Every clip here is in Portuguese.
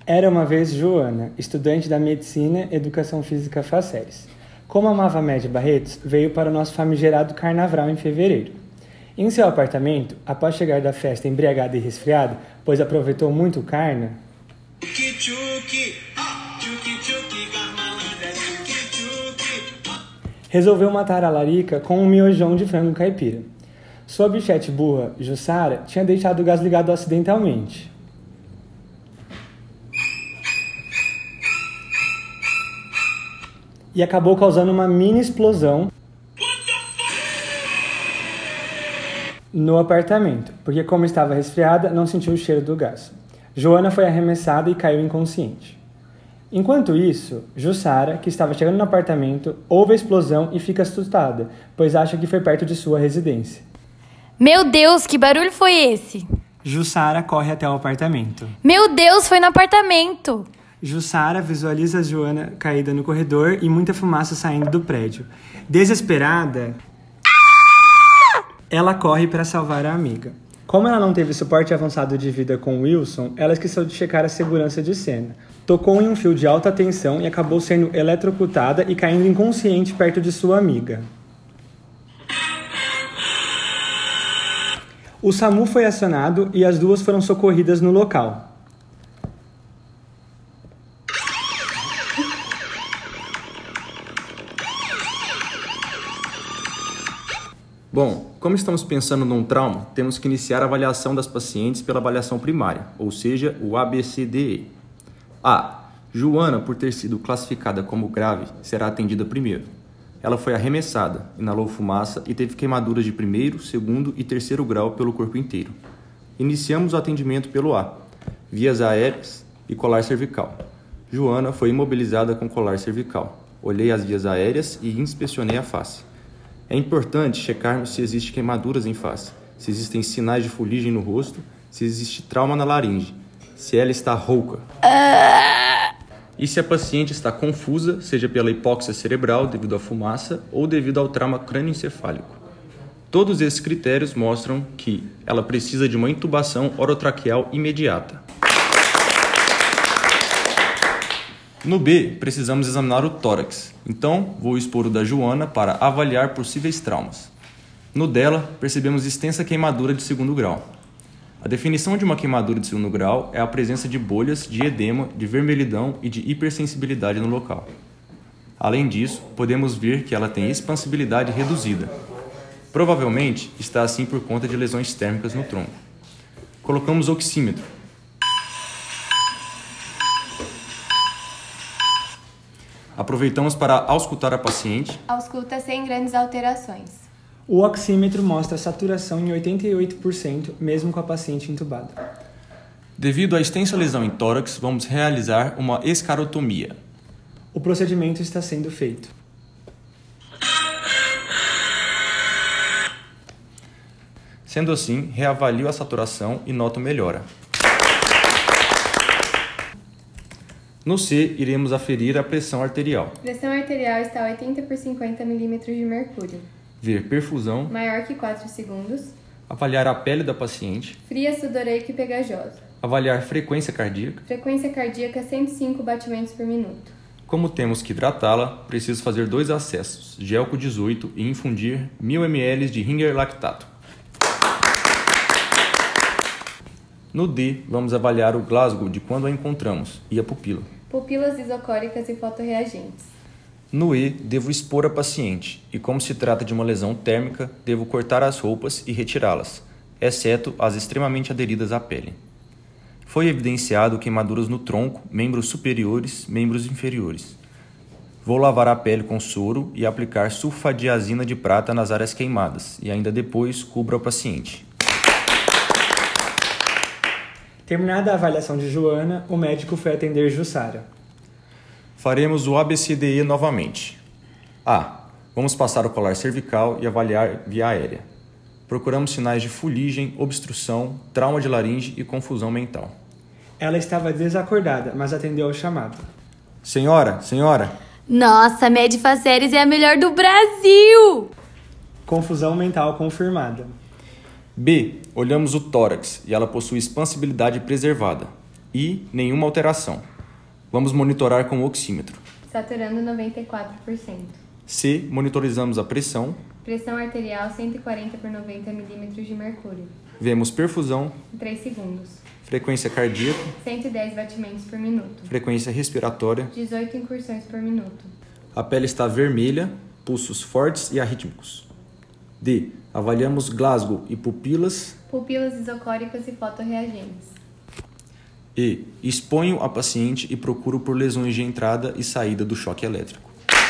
Era uma vez Joana, estudante da Medicina Educação Física Faceres. Como amava a Média Barretos, veio para o nosso famigerado carnaval em fevereiro. Em seu apartamento, após chegar da festa embriagada e resfriada, pois aproveitou muito o carna, resolveu matar a larica com um miojão de frango caipira. Sua bichete burra, Jussara, tinha deixado o gás ligado acidentalmente. E acabou causando uma mini explosão no apartamento, porque como estava resfriada, não sentiu o cheiro do gás. Joana foi arremessada e caiu inconsciente. Enquanto isso, Jussara, que estava chegando no apartamento, ouve a explosão e fica assustada, pois acha que foi perto de sua residência. Meu Deus, que barulho foi esse? Jussara corre até o apartamento. Meu Deus, foi no apartamento! Jussara visualiza Joana caída no corredor e muita fumaça saindo do prédio. Desesperada, ela corre para salvar a amiga. Como ela não teve suporte avançado de vida com Wilson, ela esqueceu de checar a segurança de cena. Tocou em um fio de alta tensão e acabou sendo eletrocutada e caindo inconsciente perto de sua amiga. O SAMU foi acionado e as duas foram socorridas no local. Bom, como estamos pensando num trauma, temos que iniciar a avaliação das pacientes pela avaliação primária, ou seja, o ABCDE. A. Joana, por ter sido classificada como grave, será atendida primeiro. Ela foi arremessada, inalou fumaça e teve queimaduras de primeiro, segundo e terceiro grau pelo corpo inteiro. Iniciamos o atendimento pelo A, vias aéreas e colar cervical. Joana foi imobilizada com colar cervical. Olhei as vias aéreas e inspecionei a face. É importante checarmos se existem queimaduras em face, se existem sinais de fuligem no rosto, se existe trauma na laringe, se ela está rouca. E se a paciente está confusa, seja pela hipóxia cerebral devido à fumaça ou devido ao trauma crânioencefálico. Todos esses critérios mostram que ela precisa de uma intubação orotraqueal imediata. No B, precisamos examinar o tórax, então vou expor o da Joana para avaliar possíveis traumas. No dela, percebemos extensa queimadura de segundo grau. A definição de uma queimadura de segundo grau é a presença de bolhas, de edema, de vermelhidão e de hipersensibilidade no local. Além disso, podemos ver que ela tem expansibilidade reduzida. Provavelmente está assim por conta de lesões térmicas no tronco. Colocamos oxímetro. Aproveitamos para auscultar a paciente. Ausculta sem grandes alterações. O oxímetro mostra saturação em 88%, mesmo com a paciente entubada. Devido à extensa lesão em tórax, vamos realizar uma escarotomia. O procedimento está sendo feito. Sendo assim, reavalio a saturação e noto melhora. No C, iremos aferir a pressão arterial. Pressão arterial está a 80 por 50 milímetros de mercúrio. Ver perfusão. Maior que 4 segundos. Avaliar a pele da paciente. Fria, sudoreica e pegajosa. Avaliar frequência cardíaca. Frequência cardíaca 105 batimentos por minuto. Como temos que hidratá-la, preciso fazer 2 acessos, Gelco 18 e infundir 1000 ml de Ringer lactato. No D, vamos avaliar o Glasgow de quando a encontramos e a pupila. Pupilas isocóricas e fotorreagentes. No E, devo expor a paciente e, como se trata de uma lesão térmica, devo cortar as roupas e retirá-las, exceto as extremamente aderidas à pele. Foi evidenciado queimaduras no tronco, membros superiores, membros inferiores. Vou lavar a pele com soro e aplicar sulfadiazina de prata nas áreas queimadas e ainda depois cubro a paciente. Terminada a avaliação de Joana, o médico foi atender Jussara. Faremos o ABCDE novamente. A. Vamos passar o colar cervical e avaliar via aérea. Procuramos sinais de fuligem, obstrução, trauma de laringe e confusão mental. Ela estava desacordada, mas atendeu ao chamado. Senhora! Nossa, a Medifaceres é a melhor do Brasil! Confusão mental confirmada. B. Olhamos o tórax e ela possui expansibilidade preservada. e nenhuma alteração. Vamos monitorar com o oxímetro. Saturando 94%. C. Monitorizamos a pressão. Pressão arterial 140 por 90 milímetros de mercúrio. Vemos perfusão. Em 3 segundos. Frequência cardíaca. 110 batimentos por minuto. Frequência respiratória. 18 incursões por minuto. A pele está vermelha, pulsos fortes e arrítmicos. D. Avaliamos Glasgow e pupilas. Pupilas isocóricas e fotorreagentes. E. Exponho a paciente e procuro por lesões de entrada e saída do choque elétrico.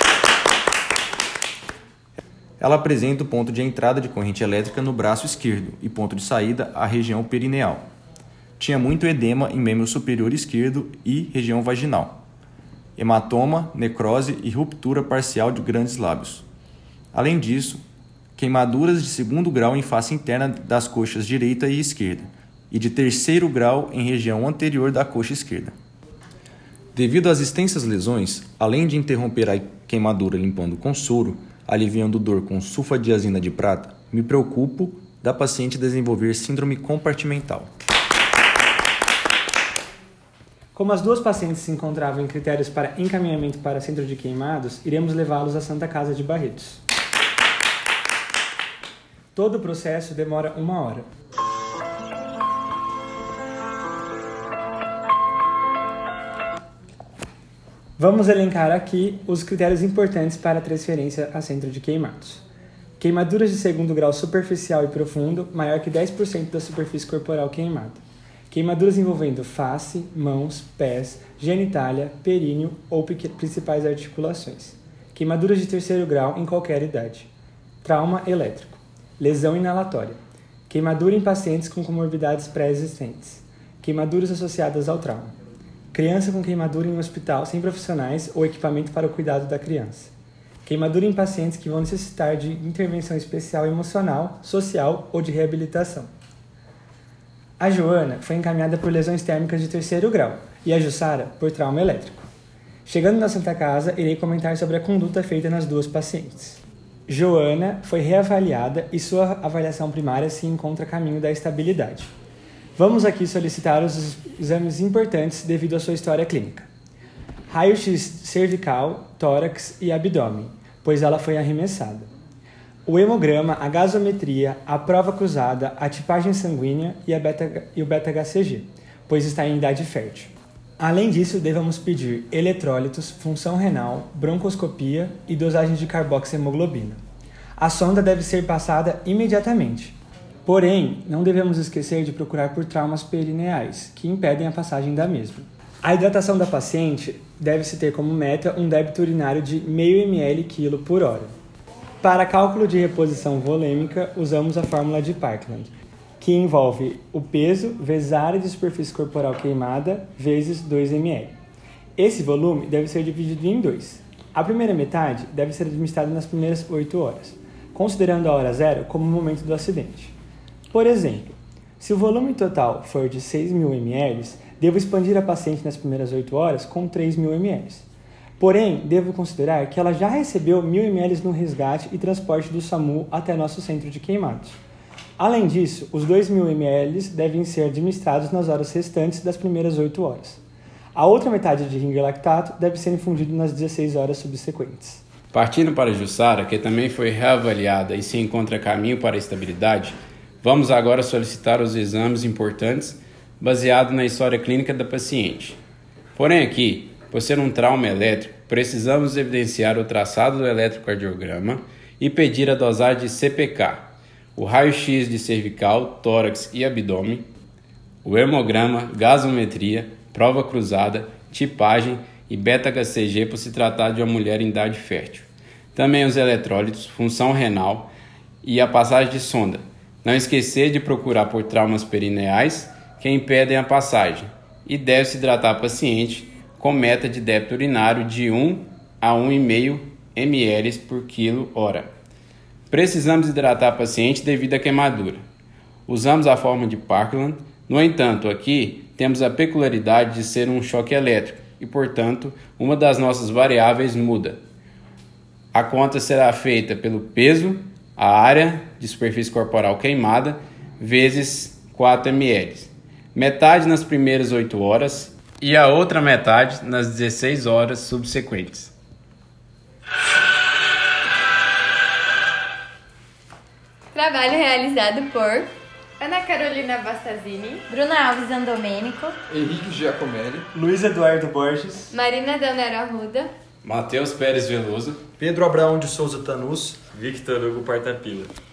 Ela apresenta o ponto de entrada de corrente elétrica no braço esquerdo e ponto de saída a região perineal. Tinha muito edema em membro superior esquerdo e região vaginal. Hematoma, necrose e ruptura parcial de grandes lábios. Além disso, queimaduras de 2º grau em face interna das coxas direita e esquerda e de 3º grau em região anterior da coxa esquerda. Devido às extensas lesões, além de interromper a queimadura limpando com soro, aliviando dor com sulfadiazina de prata, me preocupo da paciente desenvolver síndrome compartimental. Como as duas pacientes se encontravam em critérios para encaminhamento para centro de queimados, iremos levá-los à Santa Casa de Barretos. Todo o processo demora 1 hora. Vamos elencar aqui os critérios importantes para a transferência a centro de queimados. Queimaduras de 2º grau superficial e profundo, maior que 10% da superfície corporal queimada. Queimaduras envolvendo face, mãos, pés, genitália, períneo ou principais articulações. Queimaduras de 3º grau em qualquer idade. Trauma elétrico. Lesão inalatória. Queimadura em pacientes com comorbidades pré-existentes. Queimaduras associadas ao trauma. Criança com queimadura em um hospital sem profissionais ou equipamento para o cuidado da criança. Queimadura em pacientes que vão necessitar de intervenção especial emocional, social ou de reabilitação. A Joana foi encaminhada por lesões térmicas de 3º grau e a Jussara por trauma elétrico. Chegando na Santa Casa, irei comentar sobre a conduta feita nas duas pacientes. Joana foi reavaliada e sua avaliação primária se encontra a caminho da estabilidade. Vamos aqui solicitar os exames importantes devido à sua história clínica. Raio-X cervical, tórax e abdômen, pois ela foi arremessada. O hemograma, a gasometria, a prova cruzada, a tipagem sanguínea e o beta-HCG, pois está em idade fértil. Além disso, devemos pedir eletrólitos, função renal, broncoscopia e dosagem de carboxiemoglobina. A sonda deve ser passada imediatamente. Porém, não devemos esquecer de procurar por traumas perineais, que impedem a passagem da mesma. A hidratação da paciente deve-se ter como meta um débito urinário de 0,5 ml/kg por hora. Para cálculo de reposição volêmica, usamos a fórmula de Parkland, que envolve o peso vezes a área de superfície corporal queimada vezes 2 ml. Esse volume deve ser dividido em 2. A primeira metade deve ser administrada nas primeiras 8 horas, considerando a hora zero como o momento do acidente. Por exemplo, se o volume total for de 6.000 ml, devo expandir a paciente nas primeiras 8 horas com 3.000 ml. Porém, devo considerar que ela já recebeu 1.000 ml no resgate e transporte do SAMU até nosso centro de queimados. Além disso, os 2.000 ml devem ser administrados nas horas restantes das primeiras 8 horas. A outra metade de ringer lactato deve ser infundido nas 16 horas subsequentes. Partindo para a Jussara, que também foi reavaliada e se encontra a caminho para a estabilidade, vamos agora solicitar os exames importantes baseado na história clínica da paciente. Porém aqui, por ser um trauma elétrico, precisamos evidenciar o traçado do eletrocardiograma e pedir a dosagem de CPK, o raio-x de cervical, tórax e abdômen, o hemograma, gasometria, prova cruzada, tipagem e beta-HCG por se tratar de uma mulher em idade fértil. Também os eletrólitos, função renal e a passagem de sonda. Não esquecer de procurar por traumas perineais que impedem a passagem e deve-se hidratar a paciente com meta de débito urinário de 1 a 1,5 ml por quilo hora. Precisamos hidratar a paciente devido à queimadura. Usamos a fórmula de Parkland, no entanto, aqui temos a peculiaridade de ser um choque elétrico e, portanto, uma das nossas variáveis muda. A conta será feita pelo peso, a área de superfície corporal queimada, vezes 4 ml. metade nas primeiras 8 horas e a outra metade nas 16 horas subsequentes. Trabalho realizado por Ana Carolina Bastazini, Bruna Alves Andomênico, Henrique Giacomelli, Luiz Eduardo Borges, Marina Delnero Arruda, Matheus Pérez Veloso, Pedro Abraão de Souza Tanus, Victor Hugo Partapila.